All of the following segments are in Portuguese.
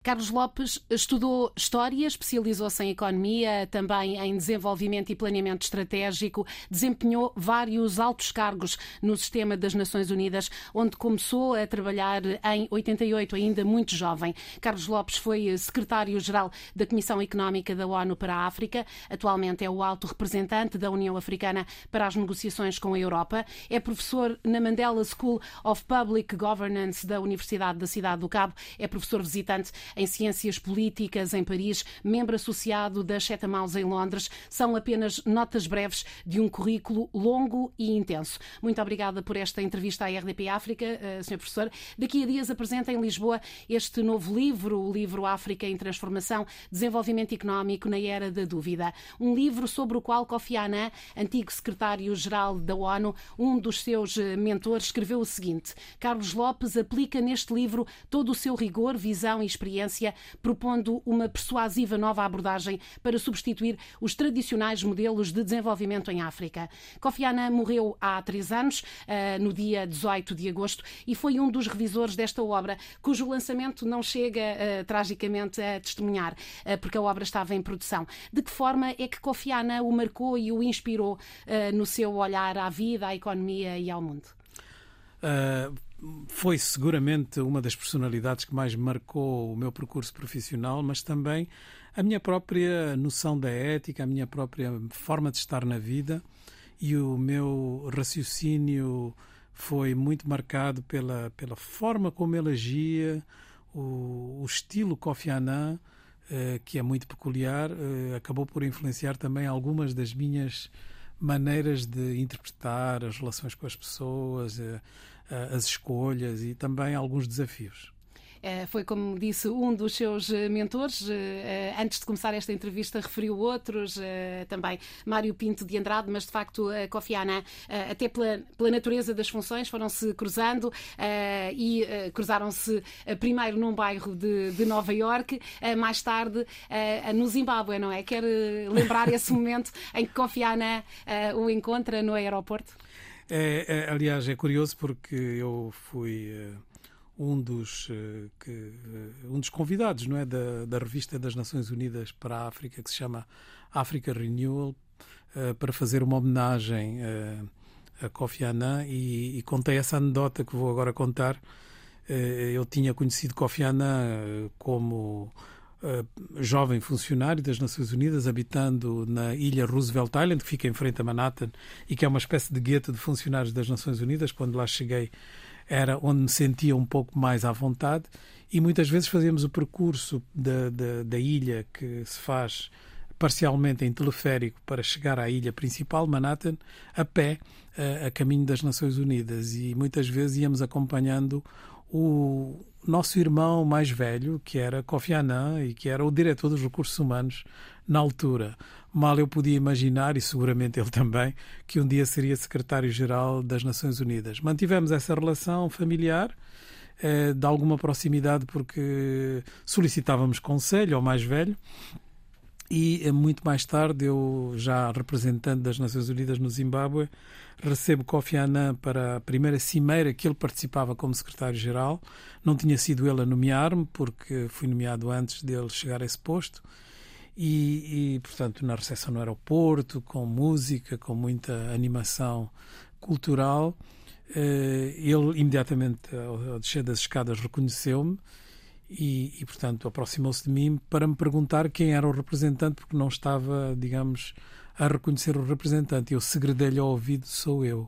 Carlos Lopes estudou História, especializou-se em Economia, também em Desenvolvimento e Planeamento Estratégico, desempenhou vários altos cargos no sistema das Nações Unidas, onde começou a trabalhar em 88, ainda muito jovem. Carlos Lopes foi secretário-geral da Comissão Económica da ONU para a África, atualmente é o alto representante da União Africana para as negociações com a Europa, é professor na Mandela School of Public Governance da Universidade da Cidade do Cabo, é professor visitante em Ciências Políticas em Paris, membro associado da Chatham House em Londres. São apenas notas breves de um currículo longo e intenso. Muito obrigada por esta entrevista à RDP África, Sr. Professor. Daqui a dias apresenta em Lisboa este novo livro, o livro África em Transformação, Desenvolvimento Económico na Era da Dúvida. Um livro sobre o qual Kofi Annan, antigo secretário-geral da ONU, um dos seus mentores, escreveu o seguinte: Carlos Lopes aplica neste livro todo o seu rigor, visão e experiência, propondo uma persuasiva nova abordagem para substituir os tradicionais modelos de desenvolvimento em África. Kofi Annan morreu há 3 anos, no dia 18 de agosto, e foi um dos revisores desta obra, cujo lançamento não chega, tragicamente, a testemunhar, porque a obra estava em produção. De que forma é que Kofi Annan o marcou e o inspirou no seu olhar à vida, à economia e ao mundo? Foi seguramente uma das personalidades que mais marcou o meu percurso profissional, mas também a minha própria noção da ética, a minha própria forma de estar na vida, e o meu raciocínio foi muito marcado pela forma como ele agia, o estilo Kofi Annan, que é muito peculiar, acabou por influenciar também algumas das minhas maneiras de interpretar as relações com as pessoas, as escolhas e também alguns desafios. Foi, como disse, um dos seus mentores. Antes de começar esta entrevista referiu outros, também Mário Pinto de Andrade, mas de facto Kofi Annan, até pela natureza das funções, foram-se cruzando e cruzaram-se primeiro num bairro de Nova Iorque, mais tarde no Zimbábue, não é? Quer lembrar esse momento em que Kofi Annan o encontra no aeroporto? Aliás, é curioso porque eu fui um dos convidados, não é, da revista das Nações Unidas para a África, que se chama Africa Renewal, para fazer uma homenagem a Kofi Annan, e contei essa anedota que vou agora contar. Eu tinha conhecido Kofi Annan como jovem funcionário das Nações Unidas, habitando na ilha Roosevelt Island, que fica em frente a Manhattan e que é uma espécie de gueto de funcionários das Nações Unidas. Quando lá cheguei, era onde me sentia um pouco mais à vontade, e muitas vezes fazíamos o percurso da ilha, que se faz parcialmente em teleférico para chegar à ilha principal, Manhattan, a pé, a caminho das Nações Unidas, e muitas vezes íamos acompanhando o nosso irmão mais velho, que era Kofi Annan e que era o diretor dos recursos humanos na altura. Mal eu podia imaginar, e seguramente ele também, que um dia seria secretário-geral das Nações Unidas. Mantivemos essa relação familiar, de alguma proximidade, porque solicitávamos conselho ao mais velho, e muito mais tarde, eu já representante das Nações Unidas no Zimbábue, recebo Kofi Annan para a primeira cimeira que ele participava como secretário-geral. Não tinha sido ele a nomear-me, porque fui nomeado antes dele chegar a esse posto. E, portanto, na recepção no aeroporto, com música, com muita animação cultural, ele imediatamente, ao descer das escadas, reconheceu-me e, portanto, aproximou-se de mim para me perguntar quem era o representante, porque não estava, digamos, a reconhecer o representante. Eu segredei-lhe ao ouvido: sou eu.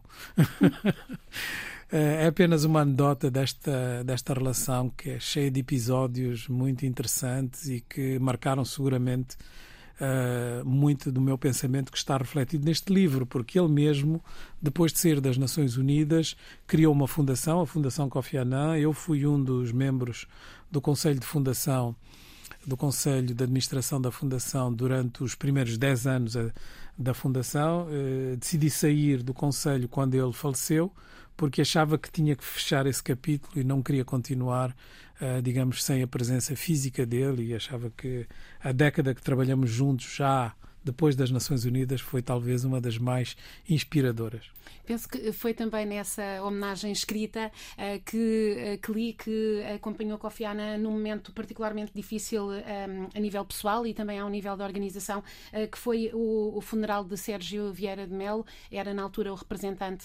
É apenas uma anedota desta relação, que é cheia de episódios muito interessantes e que marcaram seguramente muito do meu pensamento, que está refletido neste livro, porque ele mesmo, depois de sair das Nações Unidas, criou uma fundação, a Fundação Kofi Annan. Eu fui um dos membros do Conselho de Fundação, do Conselho de Administração da Fundação, durante os primeiros 10 anos da Fundação. Decidi sair do Conselho quando ele faleceu, porque achava que tinha que fechar esse capítulo e não queria continuar, digamos, sem a presença física dele, e achava que a década que trabalhamos juntos já depois das Nações Unidas, foi talvez uma das mais inspiradoras. Penso que foi também nessa homenagem escrita que li que acompanhou Kofi Annan num momento particularmente difícil a nível pessoal e também ao nível da organização, que foi o funeral de Sérgio Vieira de Melo. Era na altura o representante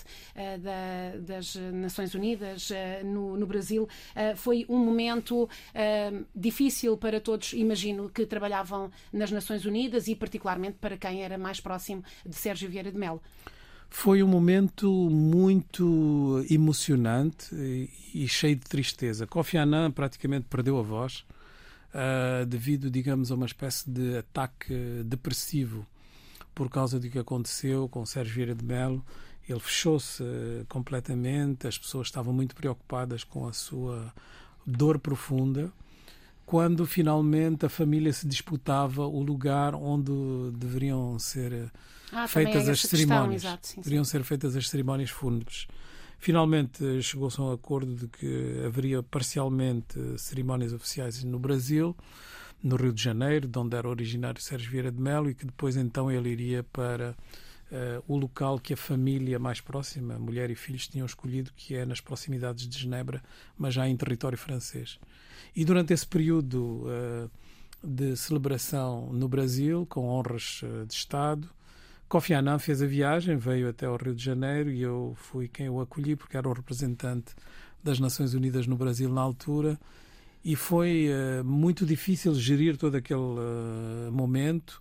das Nações Unidas no Brasil. Foi um momento difícil para todos, imagino, que trabalhavam nas Nações Unidas e particularmente para quem era mais próximo de Sérgio Vieira de Melo. Foi um momento muito emocionante e cheio de tristeza. Kofi Annan praticamente perdeu a voz devido, digamos, a uma espécie de ataque depressivo por causa do que aconteceu com Sérgio Vieira de Melo. Ele fechou-se completamente, as pessoas estavam muito preocupadas com a sua dor profunda, quando finalmente a família se disputava o lugar onde deveriam ser feitas as cerimónias. Exato, sim. Deveriam ser feitas as cerimónias fúnebres. Finalmente chegou-se a um acordo de que haveria parcialmente cerimónias oficiais no Brasil, no Rio de Janeiro, de onde era originário Sérgio Vieira de Melo, e que depois então ele iria para o local que a família mais próxima, mulher e filhos, tinham escolhido, que é nas proximidades de Genebra, mas já em território francês. E durante esse período de celebração no Brasil, com honras de Estado, Kofi Annan fez a viagem, veio até ao Rio de Janeiro e eu fui quem o acolhi, porque era o representante das Nações Unidas no Brasil na altura, e foi muito difícil gerir todo aquele momento,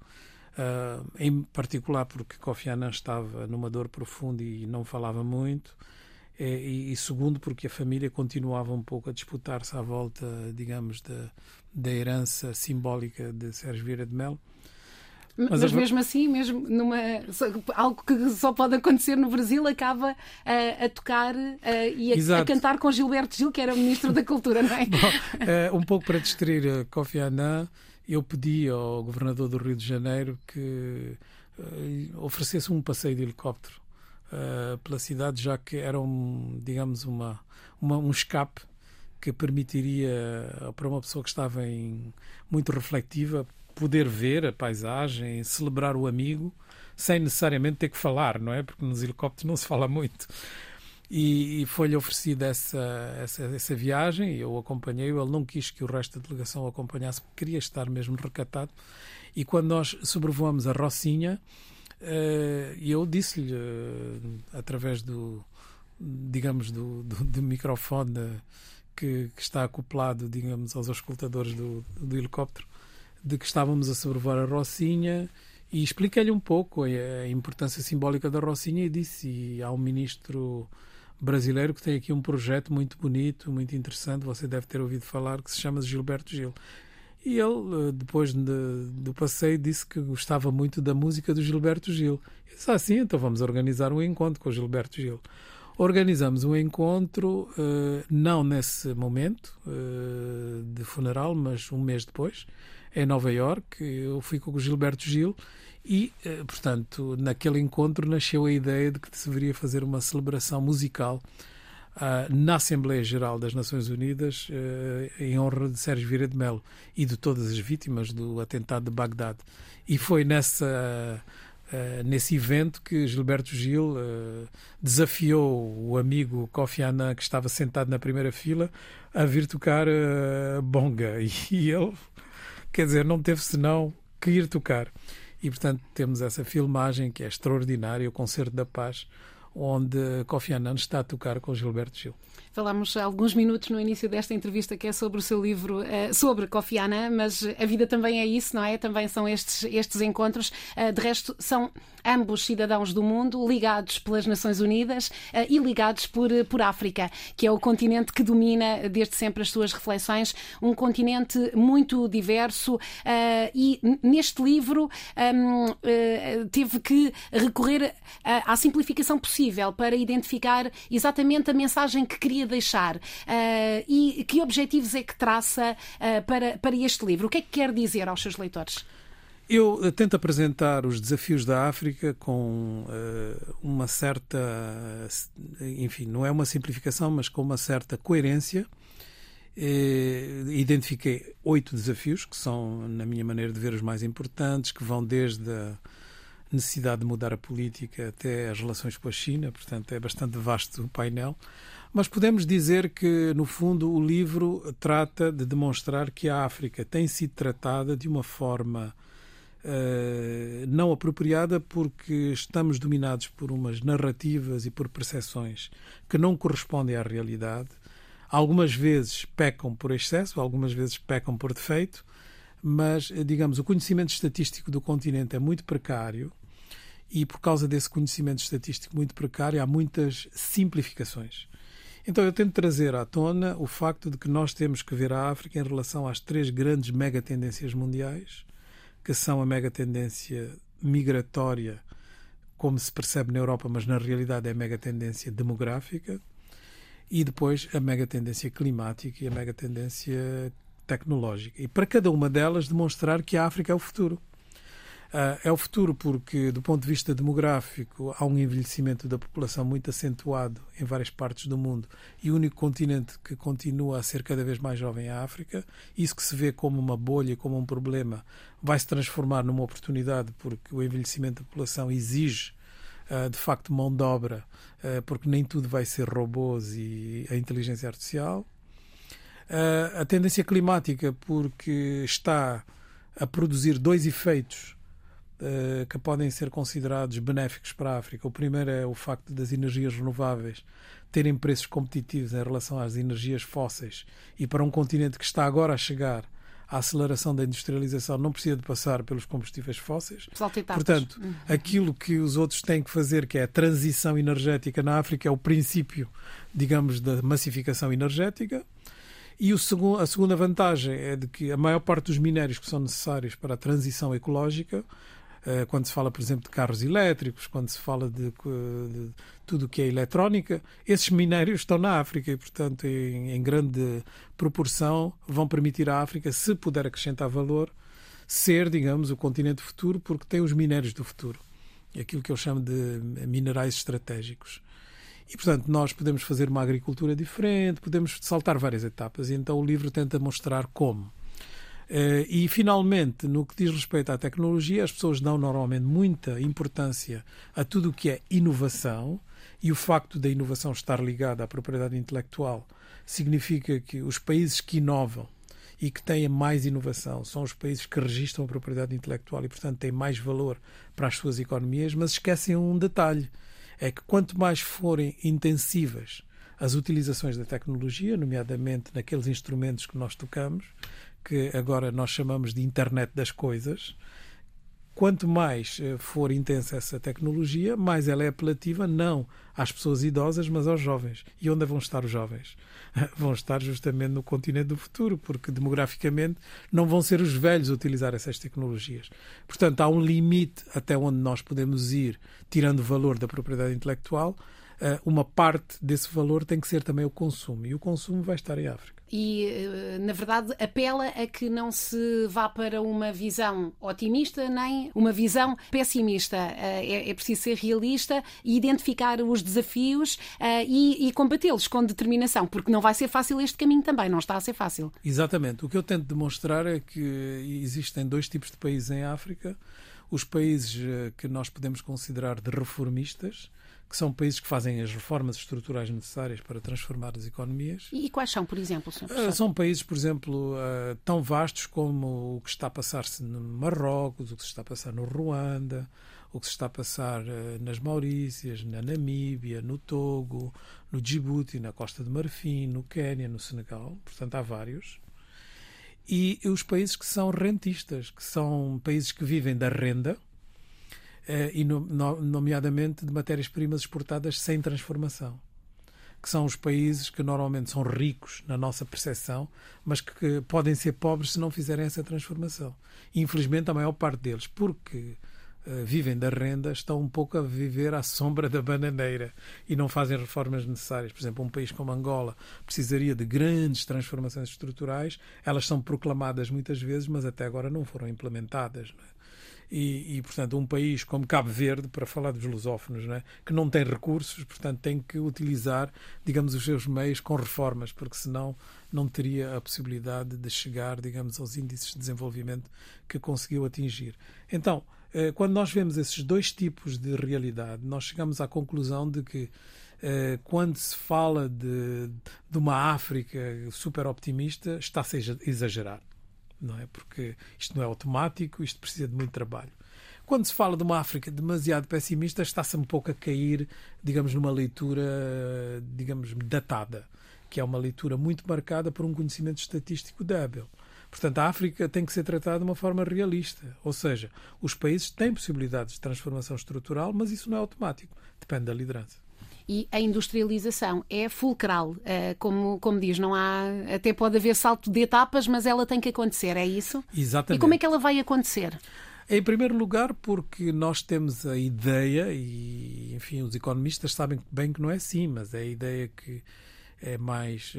em particular porque Kofi Annan estava numa dor profunda e não falava muito, e segundo porque a família continuava um pouco a disputar-se à volta, digamos, da herança simbólica de Sérgio Vieira de Melo. Mas mesmo assim, mesmo algo que só pode acontecer no Brasil, acaba a tocar e a cantar com Gilberto Gil, que era o Ministro da Cultura, não é? Bom, um pouco para distrair Kofi Annan, eu pedi ao Governador do Rio de Janeiro que oferecesse um passeio de helicóptero pela cidade, já que era digamos, um escape que permitiria para uma pessoa que estava muito reflexiva poder ver a paisagem, celebrar o amigo, sem necessariamente ter que falar, não é? Porque nos helicópteros não se fala muito. E foi-lhe oferecida essa viagem, eu acompanhei-o, ele não quis que o resto da delegação o acompanhasse, porque queria estar mesmo recatado. E quando nós sobrevoamos a Rocinha, eu disse-lhe, através do microfone que está acoplado, digamos, aos auscultadores do helicóptero, de que estávamos a sobrevoar a Rocinha, e expliquei-lhe um pouco a importância simbólica da Rocinha, e disse, e há um ministro brasileiro que tem aqui um projeto muito bonito, muito interessante, você deve ter ouvido falar, que se chama Gilberto Gil. E ele, depois do passeio, disse que gostava muito da música do Gilberto Gil. Eu disse, sim, então vamos organizar um encontro com o Gilberto Gil. Organizamos um encontro, não nesse momento de funeral, mas um mês depois, em Nova Iorque. Eu fui com o Gilberto Gil e, portanto, naquele encontro nasceu a ideia de que se deveria fazer uma celebração musical na Assembleia Geral das Nações Unidas em honra de Sérgio Vieira de Melo e de todas as vítimas do atentado de Bagdade. E foi nesse evento que Gilberto Gil desafiou o amigo Kofi Annan, que estava sentado na primeira fila, a vir tocar bonga. E ele, quer dizer, não teve senão que ir tocar. E, portanto, temos essa filmagem que é extraordinária, o Concerto da Paz, onde Kofi Annan está a tocar com Gilberto Gil. Falámos há alguns minutos no início desta entrevista que é sobre o seu livro sobre Kofi Annan, mas a vida também é isso, não é? Também são estes encontros. De resto, são ambos cidadãos do mundo, ligados pelas Nações Unidas e ligados por África, que é o continente que domina desde sempre as suas reflexões, um continente muito diverso, e neste livro teve que recorrer à simplificação possível para identificar exatamente a mensagem que queria deixar. E que objetivos é que traça para este livro? O que é que quer dizer aos seus leitores? Eu tento apresentar os desafios da África com uma certa, enfim, não é uma simplificação, mas com uma certa coerência Identifiquei 8 desafios, que são, na minha maneira de ver, os mais importantes, que vão desde a necessidade de mudar a política até as relações com a China, portanto é bastante vasto o painel. Mas podemos dizer que, no fundo, o livro trata de demonstrar que a África tem sido tratada de uma forma não apropriada, porque estamos dominados por umas narrativas e por percepções que não correspondem à realidade. Algumas vezes pecam por excesso, algumas vezes pecam por defeito, mas, digamos, o conhecimento estatístico do continente é muito precário e, por causa desse conhecimento estatístico muito precário, há muitas simplificações. Então eu tento trazer à tona o facto de que nós temos que ver a África em relação às 3 grandes megatendências mundiais, que são a megatendência migratória, como se percebe na Europa, mas na realidade é a megatendência demográfica, e depois a megatendência climática e a megatendência tecnológica. E para cada uma delas demonstrar que a África é o futuro. É o futuro porque, do ponto de vista demográfico, há um envelhecimento da população muito acentuado em várias partes do mundo e o único continente que continua a ser cada vez mais jovem é a África. Isso que se vê como uma bolha, como um problema, vai se transformar numa oportunidade, porque o envelhecimento da população exige de facto mão de obra, porque nem tudo vai ser robôs e a inteligência artificial. A tendência climática, porque está a produzir 2 efeitos que podem ser considerados benéficos para a África. O primeiro é o facto das energias renováveis terem preços competitivos em relação às energias fósseis, e para um continente que está agora a chegar à aceleração da industrialização não precisa de passar pelos combustíveis fósseis. Portanto, aquilo que os outros têm que fazer, que é a transição energética na África, é o princípio, digamos, da massificação energética. E a segunda vantagem é de que a maior parte dos minérios que são necessários para a transição ecológica, quando se fala, por exemplo, de carros elétricos, quando se fala de tudo o que é eletrónica, esses minérios estão na África e, portanto, em grande proporção vão permitir à África, se puder acrescentar valor, ser, digamos, o continente futuro, porque tem os minérios do futuro. Aquilo que eu chamo de minerais estratégicos. E, portanto, nós podemos fazer uma agricultura diferente, podemos saltar várias etapas, e então o livro tenta mostrar como. E, finalmente, no que diz respeito à tecnologia, as pessoas dão normalmente muita importância a tudo o que é inovação, e o facto da inovação estar ligada à propriedade intelectual significa que os países que inovam e que têm mais inovação são os países que registram a propriedade intelectual e, portanto, têm mais valor para as suas economias, mas esquecem um detalhe, é que quanto mais forem intensivas as utilizações da tecnologia, nomeadamente naqueles instrumentos que nós tocamos, que agora nós chamamos de internet das coisas, quanto mais for intensa essa tecnologia, mais ela é apelativa não às pessoas idosas, mas aos jovens. E onde vão estar os jovens? Vão estar justamente no continente do futuro, porque demograficamente não vão ser os velhos a utilizar essas tecnologias. Portanto, há um limite até onde nós podemos ir, tirando o valor da propriedade intelectual. Uma parte desse valor tem que ser também o consumo, e o consumo vai estar em África. E, na verdade, apela a que não se vá para uma visão otimista nem uma visão pessimista. É preciso ser realista e identificar os desafios e combatê-los com determinação, porque não vai ser fácil este caminho também, não está a ser fácil. Exatamente. O que eu tento demonstrar é que existem 2 tipos de países em África. Os países que nós podemos considerar de reformistas, que são países que fazem as reformas estruturais necessárias para transformar as economias. E quais são, por exemplo, Sr. Professor? São países, por exemplo, tão vastos como o que está a passar-se no Marrocos, o que se está a passar no Ruanda, o que se está a passar nas Maurícias, na Namíbia, no Togo, no Djibouti, na Costa de Marfim, no Quénia, no Senegal. Portanto, há vários. E os países que são rentistas, que são países que vivem da renda, e nomeadamente de matérias-primas exportadas sem transformação, que são os países que normalmente são ricos na nossa percepção, mas que podem ser pobres se não fizerem essa transformação. E, infelizmente, a maior parte deles, porque vivem da renda, estão um pouco a viver à sombra da bananeira e não fazem reformas necessárias. Por exemplo, um país como Angola precisaria de grandes transformações estruturais. Elas são proclamadas muitas vezes, mas até agora não foram implementadas, não é? portanto, um país como Cabo Verde, para falar dos lusófonos, não é? Que não tem recursos, portanto, tem que utilizar, digamos, os seus meios com reformas, porque senão não teria a possibilidade de chegar, digamos, aos índices de desenvolvimento que conseguiu atingir. Então, quando nós vemos esses dois tipos de realidade, nós chegamos à conclusão de que quando se fala de uma África super optimista, está-se a exagerar, não é? Porque isto não é automático, isto precisa de muito trabalho. Quando se fala de uma África demasiado pessimista, está-se um pouco a cair, digamos, numa leitura, digamos, datada, que é uma leitura muito marcada por um conhecimento estatístico débil. Portanto, a África tem que ser tratada de uma forma realista. Ou seja, os países têm possibilidades de transformação estrutural, mas isso não é automático. Depende da liderança. E a industrialização é fulcral. Como diz, não há, até pode haver salto de etapas, mas ela tem que acontecer, é isso? Exatamente. E como é que ela vai acontecer? Em primeiro lugar, porque nós temos a ideia, e enfim, os economistas sabem bem que não é assim, mas é a ideia que é mais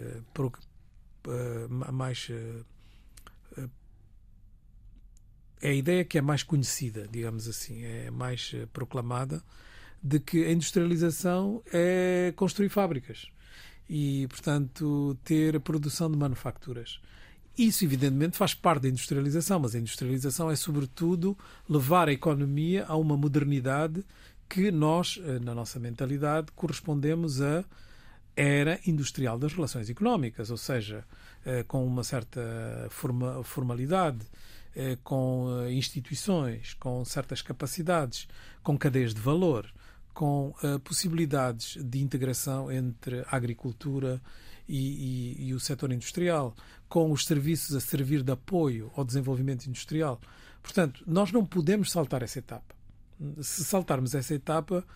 é a ideia que é mais conhecida, digamos assim, é mais proclamada, de que a industrialização é construir fábricas e, portanto, ter a produção de manufaturas. Isso, evidentemente, faz parte da industrialização, mas a industrialização é, sobretudo, levar a economia a uma modernidade que nós, na nossa mentalidade, correspondemos à era industrial das relações económicas, ou seja, com uma certa formalidade, com instituições, com certas capacidades, com cadeias de valor, com possibilidades de integração entre a agricultura e o setor industrial, com os serviços a servir de apoio ao desenvolvimento industrial. Portanto, nós não podemos saltar essa etapa. Se saltarmos essa etapa,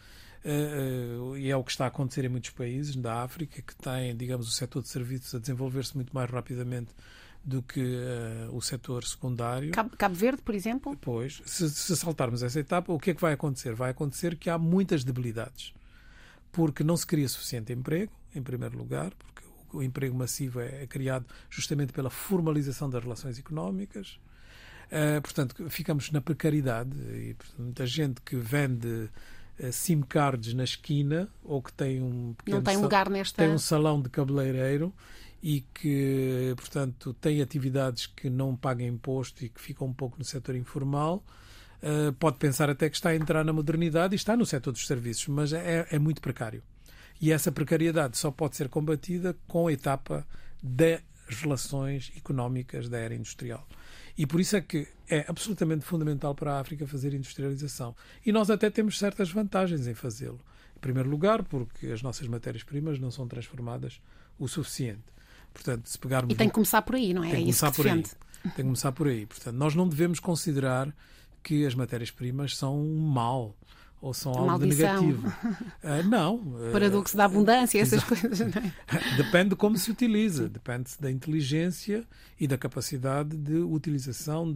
e é o que está a acontecer em muitos países da África, que têm, digamos, o setor de serviços a desenvolver-se muito mais rapidamente do que o setor secundário. Cabo Verde, por exemplo? Pois, se saltarmos essa etapa, o que é que vai acontecer? Vai acontecer que há muitas debilidades, porque não se cria suficiente emprego, em primeiro lugar, porque o emprego massivo é criado justamente pela formalização das relações económicas. Portanto, ficamos na precariedade e portanto, muita gente que vende SIM cards na esquina ou que tem um pequeno não tem lugar tem um salão de cabeleireiro e que, portanto, tem atividades que não pagam imposto e que ficam um pouco no setor informal, pode pensar até que está a entrar na modernidade e está no setor dos serviços, mas é muito precário. E essa precariedade só pode ser combatida com a etapa das relações económicas da era industrial. E por isso é que é absolutamente fundamental para a África fazer industrialização. E nós até temos certas vantagens em fazê-lo. Em primeiro lugar, porque as nossas matérias-primas não são transformadas o suficiente. Portanto, se pegarmos... E tem que começar por aí, não é? É isso que defende. Tem que começar por aí. Portanto, nós não devemos considerar que as matérias-primas são um mal ou são algo de negativo. Não. Paradoxo da abundância, essas coisas. Não é? Depende de como se utiliza. Depende da inteligência e da capacidade de utilização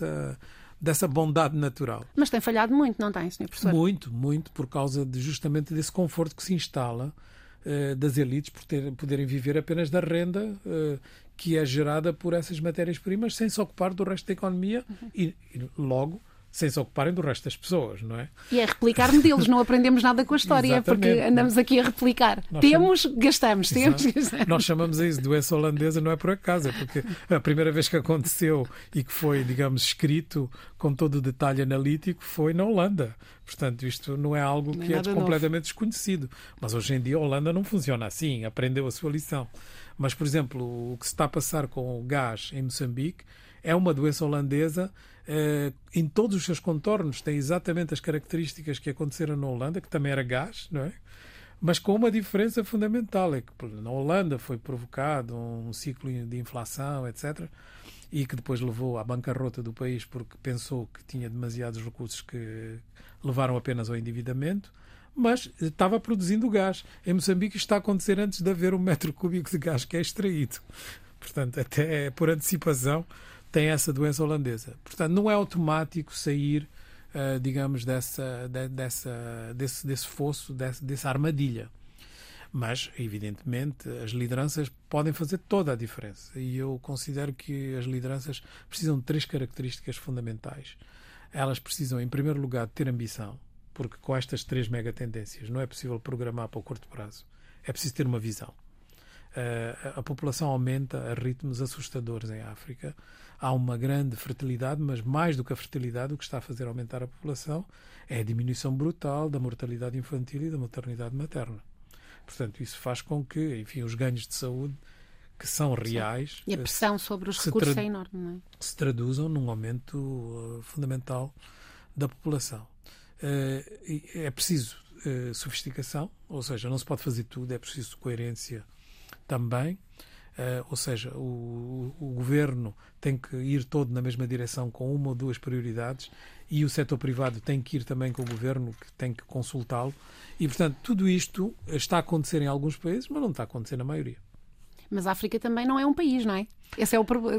dessa bondade natural. Mas tem falhado muito, não tem, Sr. Professor? Muito, por causa justamente desse conforto que se instala das elites por poderem viver apenas da renda que é gerada por essas matérias-primas sem se ocupar do resto da economia e logo sem se ocuparem do resto das pessoas, não é? E é replicar modelos, não aprendemos nada com a história, Exatamente. Porque andamos aqui a replicar. Gastamos. Nós chamamos a isso de doença holandesa, não é por acaso, é porque a primeira vez que aconteceu e que foi, digamos, escrito com todo o detalhe analítico foi na Holanda. Portanto, isto não é algo que é completamente desconhecido. Mas hoje em dia a Holanda não funciona assim, aprendeu a sua lição. Mas, por exemplo, o que se está a passar com o gás em Moçambique é uma doença holandesa. Em todos os seus contornos tem exatamente as características que aconteceram na Holanda, que também era gás, não é? Mas com uma diferença fundamental, é que na Holanda foi provocado um ciclo de inflação, etc., e que depois levou à bancarrota do país porque pensou que tinha demasiados recursos que levaram apenas ao endividamento, mas estava produzindo gás. Em Moçambique está a acontecer antes de haver 1 metro cúbico de gás que é extraído. Portanto, até por antecipação, tem essa doença holandesa. Portanto, não é automático sair, digamos, desse fosso, dessa armadilha. Mas, evidentemente, as lideranças podem fazer toda a diferença. E eu considero que as lideranças precisam de 3 características fundamentais. elas precisam, em primeiro lugar, ter ambição, porque com estas 3 megatendências não é possível programar para o curto prazo. É preciso ter uma visão. A população aumenta a ritmos assustadores em África. Há uma grande fertilidade, mas mais do que a fertilidade, o que está a fazer aumentar a população é a diminuição brutal da mortalidade infantil e da maternidade materna. Portanto, isso faz com que, enfim, os ganhos de saúde, que são reais... Sim. E a pressão sobre os recursos é enorme, não é? Se traduzam num aumento fundamental da população. É preciso sofisticação, ou seja, não se pode fazer tudo, é preciso coerência também, ou seja, o governo tem que ir todo na mesma direção com uma ou 2 prioridades e o setor privado tem que ir também com o governo, que tem que consultá-lo, e portanto tudo isto está a acontecer em alguns países, mas não está a acontecer na maioria. Mas a África também não é um país, não é? Esse é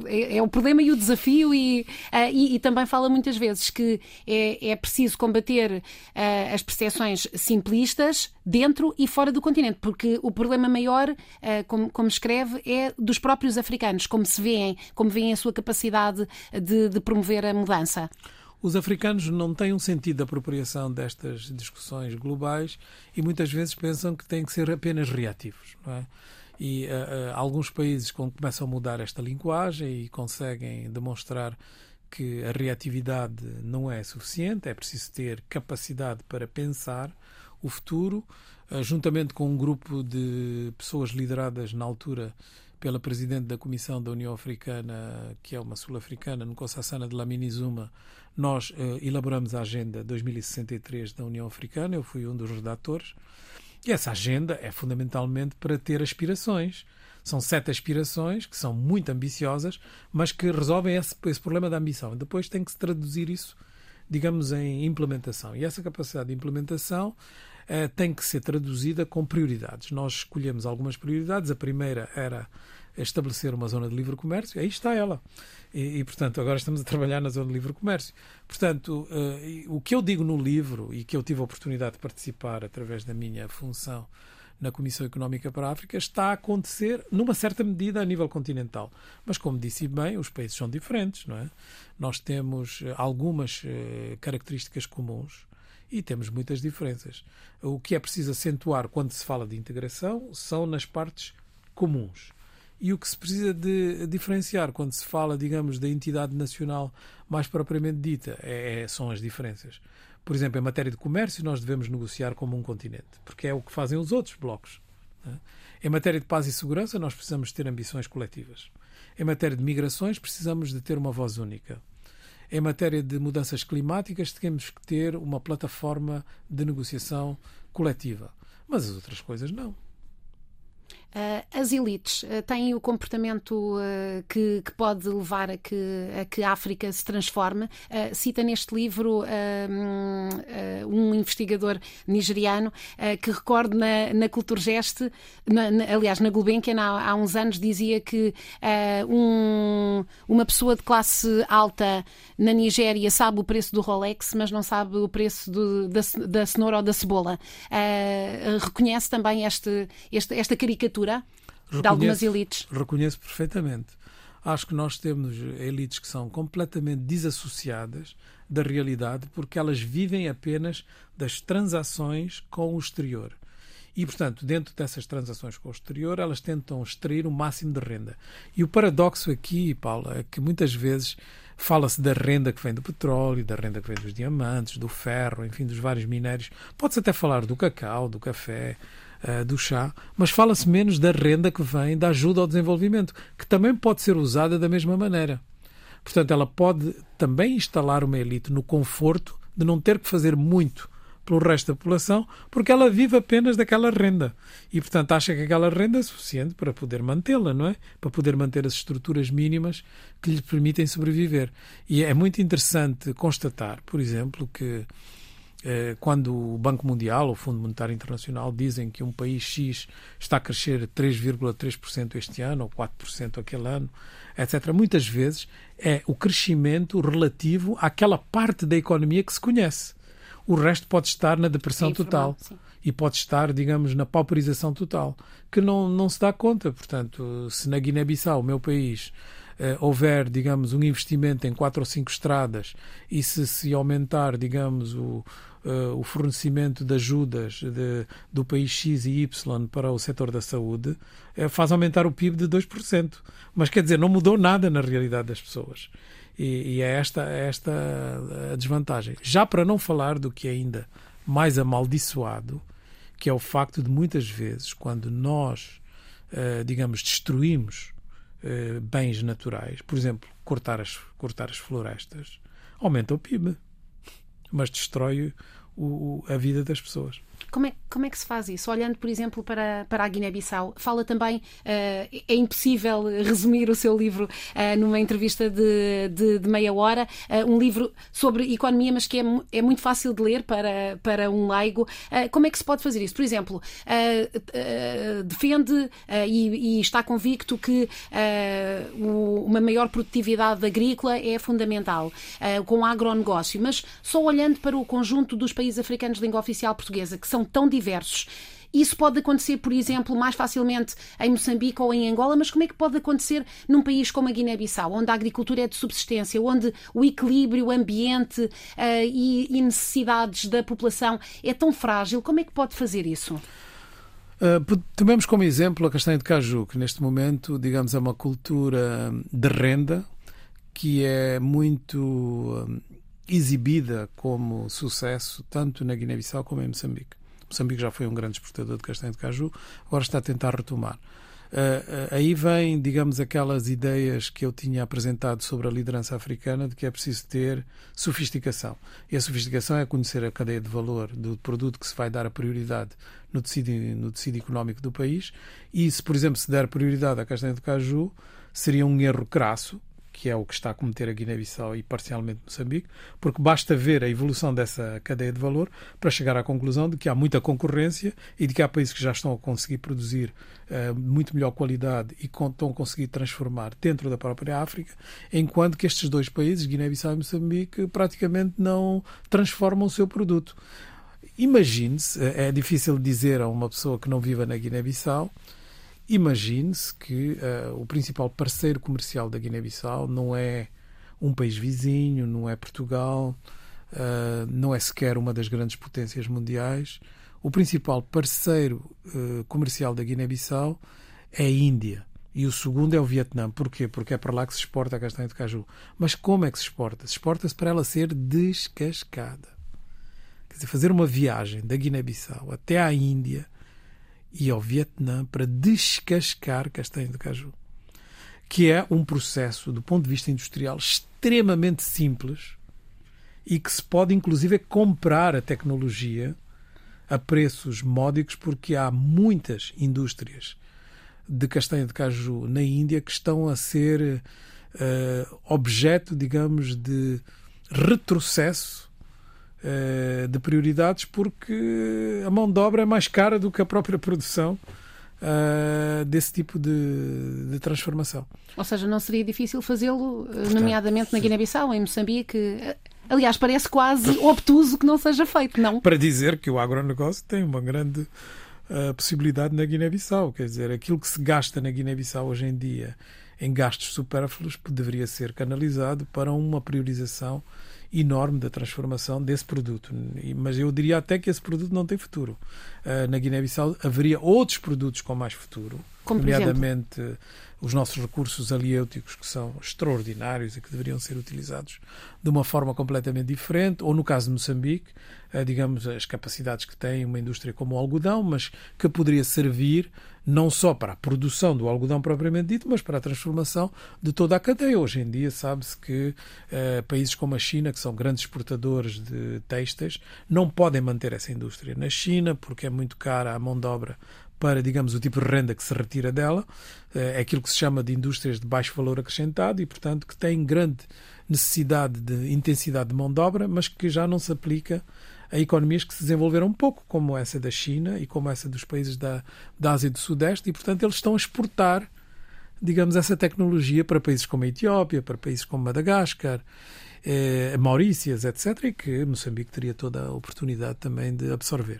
o problema e o desafio, e também fala muitas vezes que é preciso combater as percepções simplistas dentro e fora do continente, porque o problema maior, como escreve, é dos próprios africanos, como veem a sua capacidade de promover a mudança. Os africanos não têm um sentido de apropriação destas discussões globais e muitas vezes pensam que têm que ser apenas reativos, não é? E alguns países começam a mudar esta linguagem e conseguem demonstrar que a reatividade não é suficiente, é preciso ter capacidade para pensar o futuro, juntamente com um grupo de pessoas lideradas na altura pela Presidente da Comissão da União Africana, que é uma sul-africana, Nkosazana Dlamini Zuma. Nós elaboramos a Agenda 2063 da União Africana, eu fui um dos redatores. E essa agenda é fundamentalmente para ter aspirações. São 7 aspirações que são muito ambiciosas, mas que resolvem esse problema da ambição. Depois tem que se traduzir isso, digamos, em implementação. E essa capacidade de implementação tem que ser traduzida com prioridades. Nós escolhemos algumas prioridades. A primeira era estabelecer uma zona de livre comércio. Aí está ela. E, portanto, agora estamos a trabalhar na zona de livre comércio. Portanto, o que eu digo no livro, e que eu tive a oportunidade de participar através da minha função na Comissão Económica para a África, está a acontecer numa certa medida a nível continental. Mas, como disse bem, os países são diferentes, não é? Nós temos algumas características comuns e temos muitas diferenças. O que é preciso acentuar quando se fala de integração são nas partes comuns. E o que se precisa de diferenciar quando se fala, digamos, da entidade nacional mais propriamente dita são as diferenças. Por exemplo, em matéria de comércio, nós devemos negociar como um continente, porque é o que fazem os outros blocos, né? Em matéria de paz e segurança, nós precisamos ter ambições coletivas. Em matéria de migrações, precisamos de ter uma voz única. Em matéria de mudanças climáticas, temos que ter uma plataforma de negociação coletiva. Mas as outras coisas não. As elites têm o comportamento que pode levar a que a África se transforme. Cita neste livro um investigador nigeriano que, recordo, na Culturgest, aliás, na Gulbenkian, há uns anos, dizia que uma pessoa de classe alta na Nigéria sabe o preço do Rolex, mas não sabe o preço da cenoura ou da cebola. Reconhece também esta caricatura de algumas elites? Reconheço perfeitamente. Acho que nós temos elites que são completamente desassociadas da realidade porque elas vivem apenas das transações com o exterior. E, portanto, dentro dessas transações com o exterior, elas tentam extrair o máximo de renda. E o paradoxo aqui, Paula, é que muitas vezes fala-se da renda que vem do petróleo, da renda que vem dos diamantes, do ferro, enfim, dos vários minérios. Pode-se até falar do cacau, do café, do chá, mas fala-se menos da renda que vem da ajuda ao desenvolvimento, que também pode ser usada da mesma maneira. Portanto, ela pode também instalar uma elite no conforto de não ter que fazer muito pelo resto da população, porque ela vive apenas daquela renda. E, portanto, acha que aquela renda é suficiente para poder mantê-la, não é? Para poder manter as estruturas mínimas que lhe permitem sobreviver. E é muito interessante constatar, por exemplo, que quando o Banco Mundial, o Fundo Monetário Internacional, dizem que um país X está a crescer 3,3% este ano, ou 4% aquele ano, etc., muitas vezes é o crescimento relativo àquela parte da economia que se conhece. O resto pode estar na depressão total. Sim. E pode estar, digamos, na pauperização total, que não se dá conta. Portanto, se na Guiné-Bissau, o meu país, houver, digamos, um investimento em 4 ou 5 estradas e se aumentar, digamos, o fornecimento de ajudas do país X e Y para o setor da saúde, faz aumentar o PIB de 2%. Mas, quer dizer, não mudou nada na realidade das pessoas. E é esta a desvantagem. Já para não falar do que é ainda mais amaldiçoado, que é o facto de muitas vezes, quando nós, digamos, destruímos bens naturais, por exemplo, cortar as florestas, aumenta o PIB, mas destrói a vida das pessoas. Como é que se faz isso? Olhando, por exemplo, para a Guiné-Bissau, fala também, é impossível resumir o seu livro numa entrevista de meia hora, um livro sobre economia, mas que é muito fácil de ler para um leigo. Como é que se pode fazer isso? Por exemplo, defende e está convicto que uma maior produtividade agrícola é fundamental, com o agronegócio, mas só olhando para o conjunto dos países africanos de língua oficial portuguesa, que são tão diversos. Isso pode acontecer, por exemplo, mais facilmente em Moçambique ou em Angola, mas como é que pode acontecer num país como a Guiné-Bissau, onde a agricultura é de subsistência, onde o equilíbrio, o ambiente e necessidades da população é tão frágil? Como é que pode fazer isso? Tomemos como exemplo a castanha de caju, que neste momento, digamos, é uma cultura de renda que é muito exibida como sucesso tanto na Guiné-Bissau como em Moçambique. Moçambique já foi um grande exportador de castanha de caju, agora está a tentar retomar. Aí vem, digamos, aquelas ideias que eu tinha apresentado sobre a liderança africana, de que é preciso ter sofisticação. E a sofisticação é conhecer a cadeia de valor do produto que se vai dar a prioridade no tecido económico do país. E se, por exemplo, se der prioridade à castanha de caju, seria um erro crasso, que é o que está a cometer a Guiné-Bissau e parcialmente Moçambique, porque basta ver a evolução dessa cadeia de valor para chegar à conclusão de que há muita concorrência e de que há países que já estão a conseguir produzir muito melhor qualidade e estão a conseguir transformar dentro da própria África, enquanto que estes dois países, Guiné-Bissau e Moçambique, praticamente não transformam o seu produto. Imagine-se, é difícil dizer a uma pessoa que não viva na Guiné-Bissau, imagine-se que o principal parceiro comercial da Guiné-Bissau não é um país vizinho, não é Portugal, não é sequer uma das grandes potências mundiais. O principal parceiro comercial da Guiné-Bissau é a Índia. E o segundo é o Vietnã. Porquê? Porque é para lá que se exporta a castanha de caju. Mas como é que se exporta? Se exporta-se para ela ser descascada. Quer dizer, fazer uma viagem da Guiné-Bissau até à Índia e ao Vietnã para descascar castanha de caju, que é um processo, do ponto de vista industrial, extremamente simples e que se pode, inclusive, comprar a tecnologia a preços módicos, porque há muitas indústrias de castanha de caju na Índia que estão a ser objeto, digamos, de retrocesso de prioridades, porque a mão de obra é mais cara do que a própria produção desse tipo de transformação. Ou seja, não seria difícil fazê-lo, nomeadamente na Guiné-Bissau, em Moçambique. Aliás, parece quase obtuso que não seja feito, não? Para dizer que o agronegócio tem uma grande possibilidade na Guiné-Bissau. Quer dizer, aquilo que se gasta na Guiné-Bissau hoje em dia em gastos supérfluos deveria ser canalizado para uma priorização enorme da transformação desse produto. Mas eu diria até que esse produto não tem futuro. Na Guiné-Bissau haveria outros produtos com mais futuro, como, nomeadamente os nossos recursos aliêuticos, que são extraordinários e que deveriam ser utilizados de uma forma completamente diferente, ou no caso de Moçambique, digamos, as capacidades que tem uma indústria como o algodão, mas que poderia servir não só para a produção do algodão propriamente dito, mas para a transformação de toda a cadeia. Hoje em dia sabe-se que países como a China, que são grandes exportadores de têxteis, não podem manter essa indústria na China porque é muito cara a mão de obra para, digamos, o tipo de renda que se retira dela. É aquilo que se chama de indústrias de baixo valor acrescentado e, portanto, que têm grande necessidade de intensidade de mão de obra, mas que já não se aplica a economias que se desenvolveram um pouco, como essa da China e como essa dos países da Ásia do Sudeste, e, portanto, eles estão a exportar, digamos, essa tecnologia para países como a Etiópia, para países como Madagascar, Maurícias, etc., e que Moçambique teria toda a oportunidade também de absorver.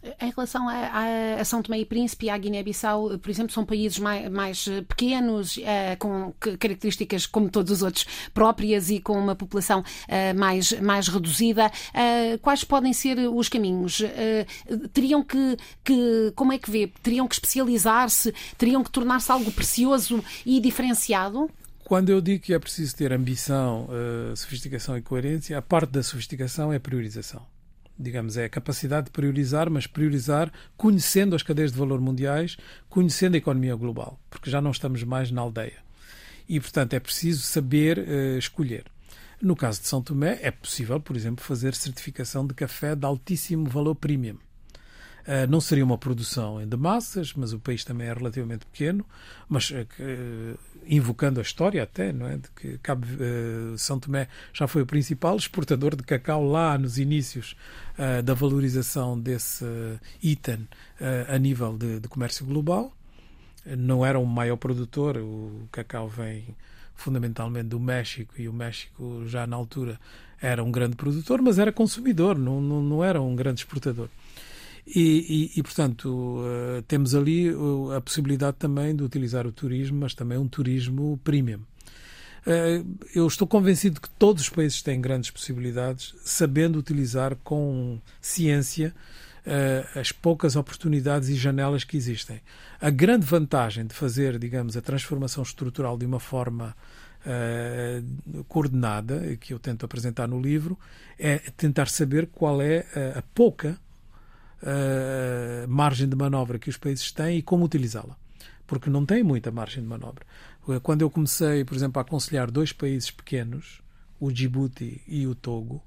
Em relação a São Tomé e Príncipe e à Guiné-Bissau, por exemplo, são países mais pequenos, com características, como todos os outros, próprias e com uma população mais reduzida. Quais podem ser os caminhos? Teriam que como é que vê? Teriam que especializar-se? Teriam que tornar-se algo precioso e diferenciado? Quando eu digo que é preciso ter ambição, sofisticação e coerência, a parte da sofisticação é a priorização. Digamos, é a capacidade de priorizar, mas priorizar conhecendo as cadeias de valor mundiais, conhecendo a economia global, porque já não estamos mais na aldeia. E, portanto, é preciso saber escolher. No caso de São Tomé, é possível, por exemplo, fazer certificação de café de altíssimo valor premium. Não seria uma produção de massas, mas o país também é relativamente pequeno, mas invocando a história até, não é, de que São Tomé já foi o principal exportador de cacau lá nos inícios da valorização desse item a nível de comércio global. Não era o maior produtor, o cacau vem fundamentalmente do México, e o México já na altura era um grande produtor, mas era consumidor, não era um grande exportador. E, portanto, temos ali a possibilidade também de utilizar o turismo, mas também um turismo premium. Eu estou convencido que todos os países têm grandes possibilidades, sabendo utilizar com ciência as poucas oportunidades e janelas que existem. A grande vantagem de fazer, digamos, a transformação estrutural de uma forma coordenada, que eu tento apresentar no livro, é tentar saber qual é a pouca margem de manobra que os países têm e como utilizá-la, porque não têm muita margem de manobra. Quando eu comecei, por exemplo, a aconselhar dois países pequenos, o Djibouti e o Togo,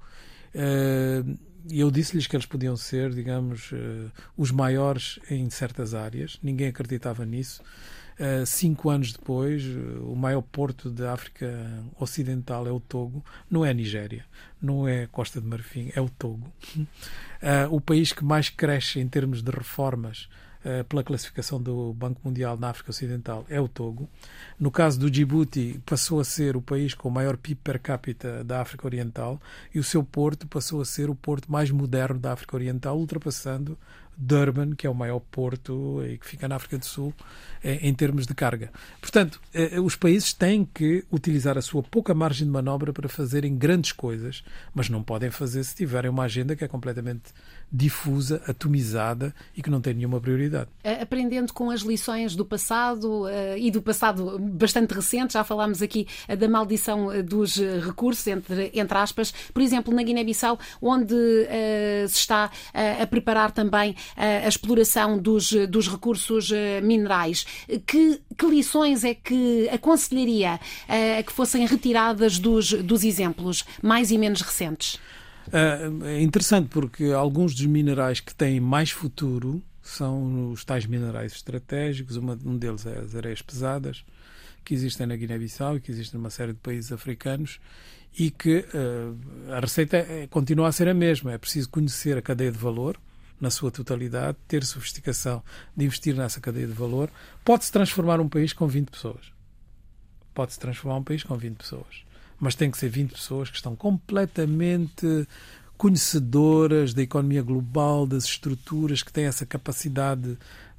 eu disse-lhes que eles podiam ser, digamos, os maiores em certas áreas. Ninguém acreditava nisso. 5 anos depois, o maior porto da África Ocidental é o Togo, não é a Nigéria, não é a Costa de Marfim, é o Togo. O país que mais cresce em termos de reformas pela classificação do Banco Mundial na África Ocidental é o Togo. No caso do Djibouti, passou a ser o país com o maior PIB per capita da África Oriental, e o seu porto passou a ser o porto mais moderno da África Oriental, ultrapassando Durban, que é o maior porto e que fica na África do Sul em termos de carga. Portanto, os países têm que utilizar a sua pouca margem de manobra para fazerem grandes coisas, mas não podem fazer se tiverem uma agenda que é completamente difusa, atomizada e que não tem nenhuma prioridade. Aprendendo com as lições do passado e do passado bastante recente, já falámos aqui da maldição dos recursos, entre aspas, por exemplo, na Guiné-Bissau, onde se está a preparar também a exploração dos recursos minerais. Que lições é que aconselharia que fossem retiradas dos exemplos mais e menos recentes? É interessante, porque alguns dos minerais que têm mais futuro são os tais minerais estratégicos. Um deles é as areias pesadas, que existem na Guiné-Bissau e que existem numa série de países africanos, e que a receita continua a ser a mesma. É preciso conhecer a cadeia de valor na sua totalidade, ter sofisticação de investir nessa cadeia de valor. Pode-se transformar um país com 20 pessoas. Pode-se transformar um país com 20 pessoas. Mas tem que ser 20 pessoas que estão completamente conhecedoras da economia global, das estruturas, que têm essa capacidade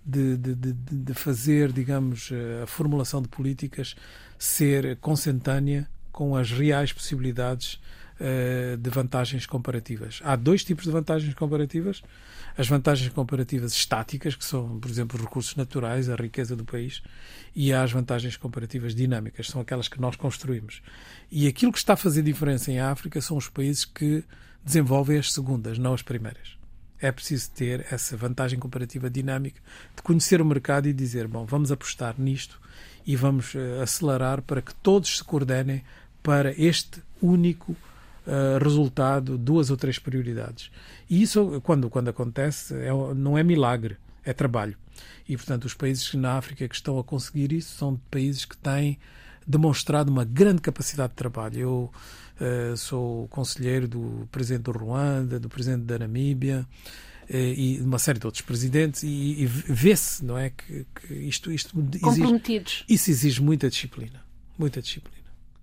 de fazer, digamos, a formulação de políticas ser consentânea com as reais possibilidades de vantagens comparativas. Há dois tipos de vantagens comparativas. As vantagens comparativas estáticas, que são, por exemplo, os recursos naturais, a riqueza do país, e há as vantagens comparativas dinâmicas, são aquelas que nós construímos. E aquilo que está a fazer diferença em África são os países que desenvolvem as segundas, não as primeiras. É preciso ter essa vantagem comparativa dinâmica de conhecer o mercado e dizer, bom, vamos apostar nisto e vamos acelerar para que todos se coordenem para este único resultado, 2 ou 3 prioridades. E isso, quando acontece, não é milagre, é trabalho. E, portanto, os países na África que estão a conseguir isso são países que têm demonstrado uma grande capacidade de trabalho. Eu sou conselheiro do presidente do Ruanda, do presidente da Namíbia e de uma série de outros presidentes, e vê-se, não é, que isto comprometidos. Isso exige muita disciplina. Muita disciplina.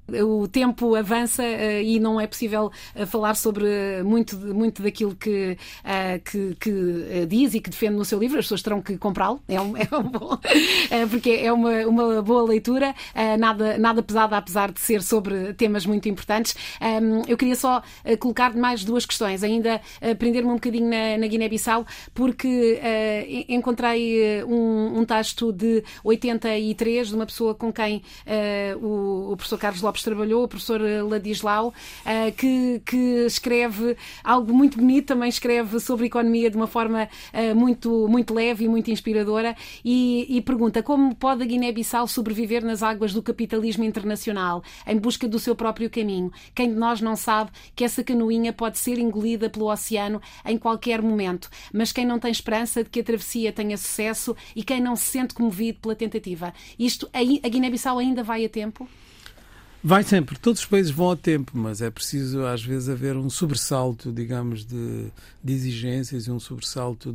O tempo avança e não é possível falar sobre muito daquilo que diz e que defende no seu livro. As pessoas terão que comprá-lo, porque é uma boa leitura, nada pesada, apesar de ser sobre temas muito importantes. Eu queria só colocar mais duas questões, ainda prender-me um bocadinho na Guiné-Bissau, porque encontrei um texto de 83 de uma pessoa com quem o professor Carlos Lopes trabalhou, o professor Ladislau, que escreve algo muito bonito, também escreve sobre economia de uma forma muito leve e muito inspiradora, e pergunta como pode a Guiné-Bissau sobreviver nas águas do capitalismo internacional, em busca do seu próprio caminho. Quem de nós não sabe que essa canoinha pode ser engolida pelo oceano em qualquer momento, mas quem não tem esperança de que a travessia tenha sucesso e quem não se sente comovido pela tentativa. A Guiné-Bissau ainda vai a tempo? Vai sempre, todos os países vão a tempo, mas é preciso às vezes haver um sobressalto, digamos, de exigências e um sobressalto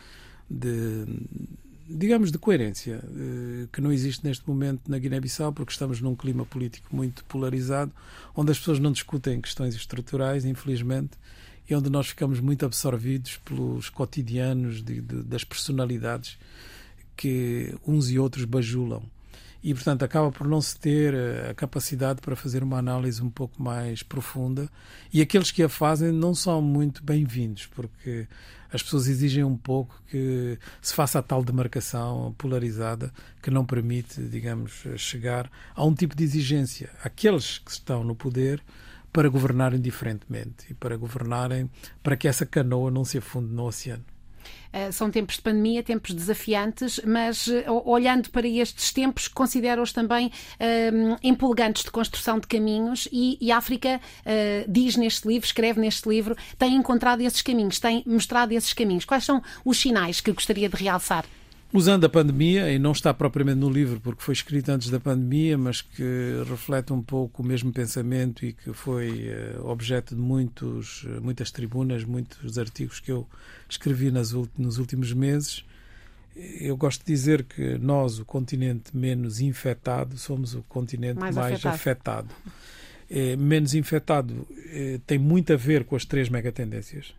digamos, de coerência, que não existe neste momento na Guiné-Bissau, porque estamos num clima político muito polarizado, onde as pessoas não discutem questões estruturais, infelizmente, e onde nós ficamos muito absorvidos pelos cotidianos das personalidades que uns e outros bajulam. E, portanto, acaba por não se ter a capacidade para fazer uma análise um pouco mais profunda, e aqueles que a fazem não são muito bem-vindos, porque as pessoas exigem um pouco que se faça a tal demarcação polarizada que não permite, digamos, chegar a um tipo de exigência àqueles que estão no poder para governarem diferentemente e para que essa canoa não se afunde no oceano. São tempos de pandemia, tempos desafiantes, mas olhando para estes tempos, considero-os também empolgantes de construção de caminhos, e a África escreve neste livro, tem encontrado esses caminhos, tem mostrado esses caminhos. Quais são os sinais que gostaria de realçar? Usando a pandemia, e não está propriamente no livro porque foi escrito antes da pandemia, mas que reflete um pouco o mesmo pensamento e que foi objeto de muitas tribunas, muitos artigos que eu escrevi nos últimos meses. Eu gosto de dizer que nós, o continente menos infectado, somos o continente mais afetado. Menos infectado tem muito a ver com as 3 megatendências.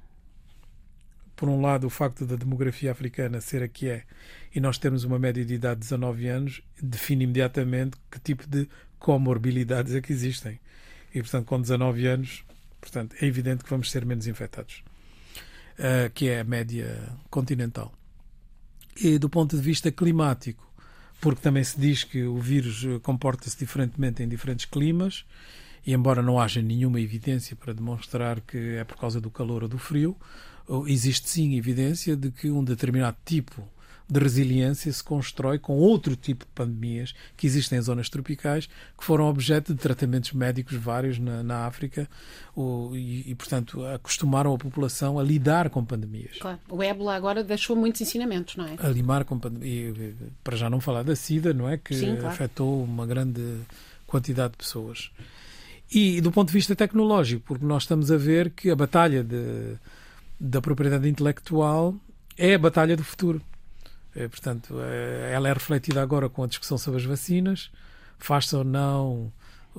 Por um lado, o facto da demografia africana ser a que é, e nós termos uma média de idade de 19 anos, define imediatamente que tipo de comorbilidades é que existem. E, portanto, com 19 anos, portanto, é evidente que vamos ser menos infectados, que é a média continental. E do ponto de vista climático, porque também se diz que o vírus comporta-se diferentemente em diferentes climas, e embora não haja nenhuma evidência para demonstrar que é por causa do calor ou do frio, existe sim evidência de que um determinado tipo de resiliência se constrói com outro tipo de pandemias que existem em zonas tropicais, que foram objeto de tratamentos médicos vários na África e, portanto, acostumaram a população a lidar com pandemias. Claro. O ébola agora deixou muitos ensinamentos, não é? A lidar com pandemias. Para já não falar da SIDA, não é? Que sim, claro, afetou uma grande quantidade de pessoas. E do ponto de vista tecnológico, porque nós estamos a ver que a batalha da propriedade intelectual é a batalha do futuro. Portanto, ela é refletida agora com a discussão sobre as vacinas. Faz-se ou não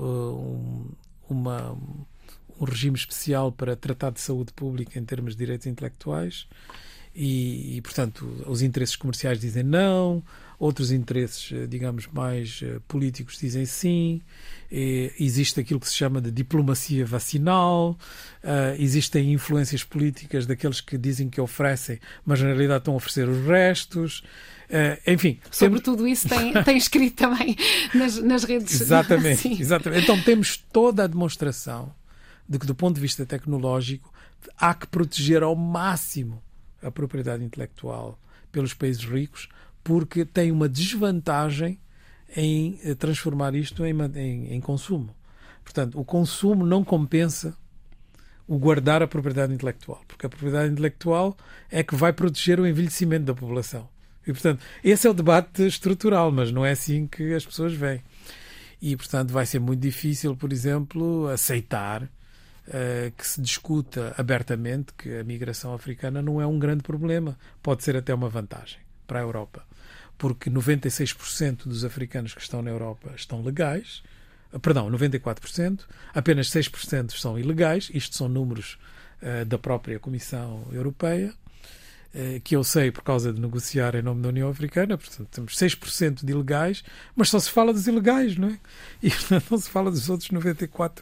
um regime especial para tratar de saúde pública em termos de direitos intelectuais e, portanto, os interesses comerciais dizem não, outros interesses, digamos, mais políticos dizem sim. Existe aquilo que se chama de diplomacia vacinal, existem influências políticas daqueles que dizem que oferecem, mas na realidade estão a oferecer os restos. Enfim, sobre tudo isso tem escrito também nas redes. Exatamente, exatamente. Então temos toda a demonstração de que, do ponto de vista tecnológico, há que proteger ao máximo a propriedade intelectual pelos países ricos, porque tem uma desvantagem em transformar isto em consumo. Portanto, o consumo não compensa o guardar a propriedade intelectual, porque a propriedade intelectual é que vai proteger o envelhecimento da população. E, portanto, esse é o debate estrutural, mas não é assim que as pessoas veem. E, portanto, vai ser muito difícil, por exemplo, aceitar que se discuta abertamente que a migração africana não é um grande problema. Pode ser até uma vantagem para a Europa, porque 96% dos africanos que estão na Europa estão legais, perdão, 94%, apenas 6% são ilegais, isto são números da própria Comissão Europeia, que eu sei por causa de negociar em nome da União Africana, portanto temos 6% de ilegais, mas só se fala dos ilegais, não é? E não se fala dos outros 94%.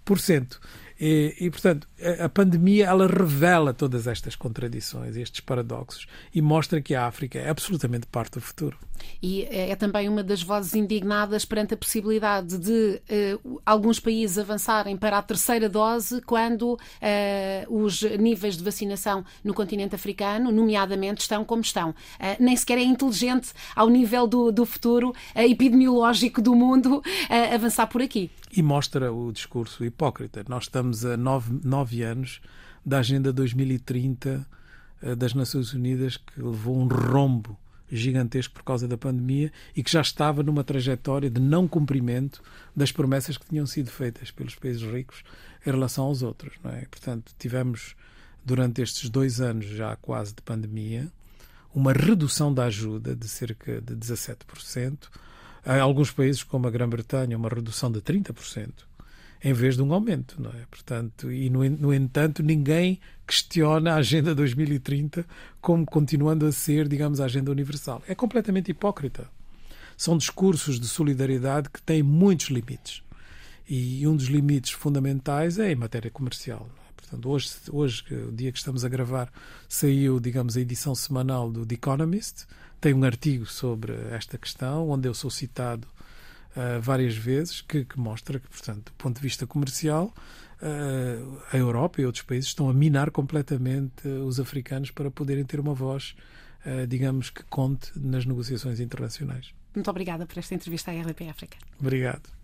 E, portanto, a pandemia ela revela todas estas contradições, estes paradoxos, e mostra que a África é absolutamente parte do futuro. E é também uma das vozes indignadas perante a possibilidade de alguns países avançarem para a terceira dose quando os níveis de vacinação no continente africano, nomeadamente, estão como estão. Nem sequer é inteligente, ao nível do futuro epidemiológico do mundo, avançar por aqui. E mostra o discurso hipócrita. Nós estamos a 9 anos da Agenda 2030 das Nações Unidas, que levou um rombo gigantesco por causa da pandemia e que já estava numa trajetória de não cumprimento das promessas que tinham sido feitas pelos países ricos em relação aos outros, não é? Portanto, tivemos durante estes 2 anos já quase de pandemia uma redução da ajuda de cerca de 17%. Em alguns países, como a Grã-Bretanha, uma redução de 30%, em vez de um aumento, não é? Portanto, e no entanto, ninguém questiona a Agenda 2030 como continuando a ser, digamos, a Agenda Universal. É completamente hipócrita. São discursos de solidariedade que têm muitos limites. E um dos limites fundamentais é em matéria comercial. Não é? Portanto, hoje, o dia que estamos a gravar, saiu, digamos, a edição semanal do The Economist. Tem um artigo sobre esta questão, onde eu sou citado várias vezes, que mostra que, portanto, do ponto de vista comercial, a Europa e outros países estão a minar completamente os africanos para poderem ter uma voz, digamos, que conte nas negociações internacionais. Muito obrigada por esta entrevista à RDP África. Obrigado.